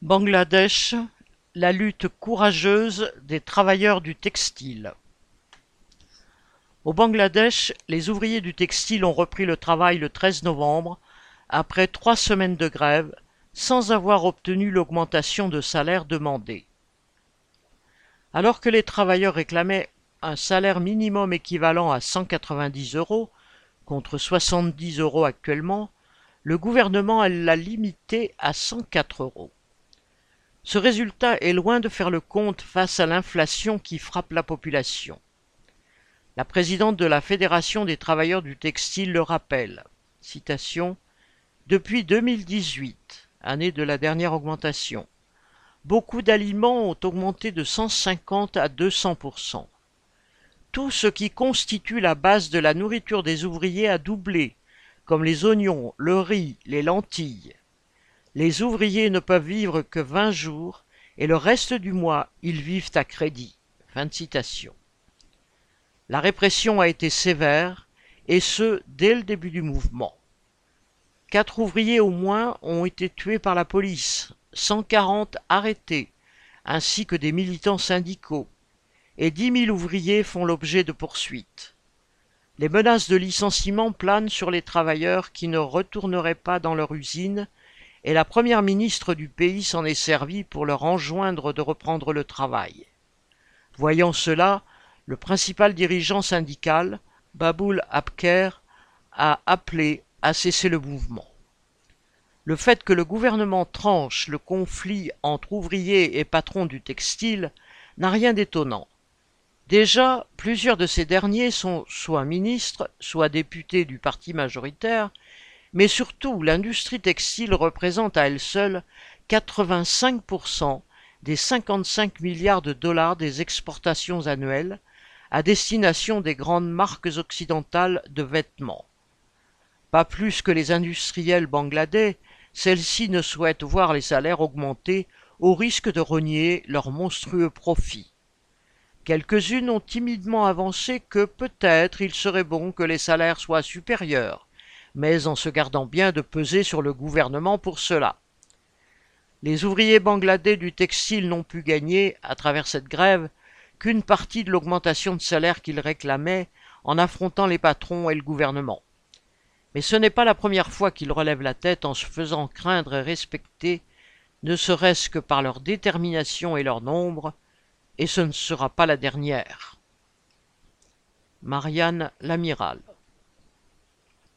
Bangladesh, la lutte courageuse des travailleurs du textile. Au Bangladesh, les ouvriers du textile ont repris le travail le 13 novembre, après 3 semaines de grève, sans avoir obtenu l'augmentation de salaire demandée. Alors que les travailleurs réclamaient un salaire minimum équivalent à 190 € contre 70 € actuellement, le gouvernement l'a limité à 104 €. Ce résultat est loin de faire le compte face à l'inflation qui frappe la population. La présidente de la Fédération des travailleurs du textile le rappelle. Citation : Depuis 2018, année de la dernière augmentation, beaucoup d'aliments ont augmenté de 150 à 200%. Tout ce qui constitue la base de la nourriture des ouvriers a doublé, comme les oignons, le riz, les lentilles. Les ouvriers ne peuvent vivre que 20 jours et le reste du mois, ils vivent à crédit. Fin de citation. La répression a été sévère, et ce, dès le début du mouvement. 4 ouvriers au moins ont été tués par la police, 140 arrêtés, ainsi que des militants syndicaux, et 10 000 ouvriers font l'objet de poursuites. Les menaces de licenciement planent sur les travailleurs qui ne retourneraient pas dans leur usine, et la première ministre du pays s'en est servie pour leur enjoindre de reprendre le travail. Voyant cela, le principal dirigeant syndical, Baboul Abker, a appelé à cesser le mouvement. Le fait que le gouvernement tranche le conflit entre ouvriers et patrons du textile n'a rien d'étonnant. Déjà, plusieurs de ces derniers sont soit ministres, soit députés du parti majoritaire, mais surtout l'industrie textile représente à elle seule 85% des 55 milliards de dollars des exportations annuelles à destination des grandes marques occidentales de vêtements. Pas plus que les industriels bangladais, celles-ci ne souhaitent voir les salaires augmenter au risque de renier leurs monstrueux profits. Quelques-unes ont timidement avancé que peut-être il serait bon que les salaires soient supérieurs, mais en se gardant bien de peser sur le gouvernement pour cela. Les ouvriers bangladais du textile n'ont pu gagner, à travers cette grève, qu'une partie de l'augmentation de salaire qu'ils réclamaient en affrontant les patrons et le gouvernement. Mais ce n'est pas la première fois qu'ils relèvent la tête en se faisant craindre et respecter, ne serait-ce que par leur détermination et leur nombre, et ce ne sera pas la dernière. Marianne Lamiral.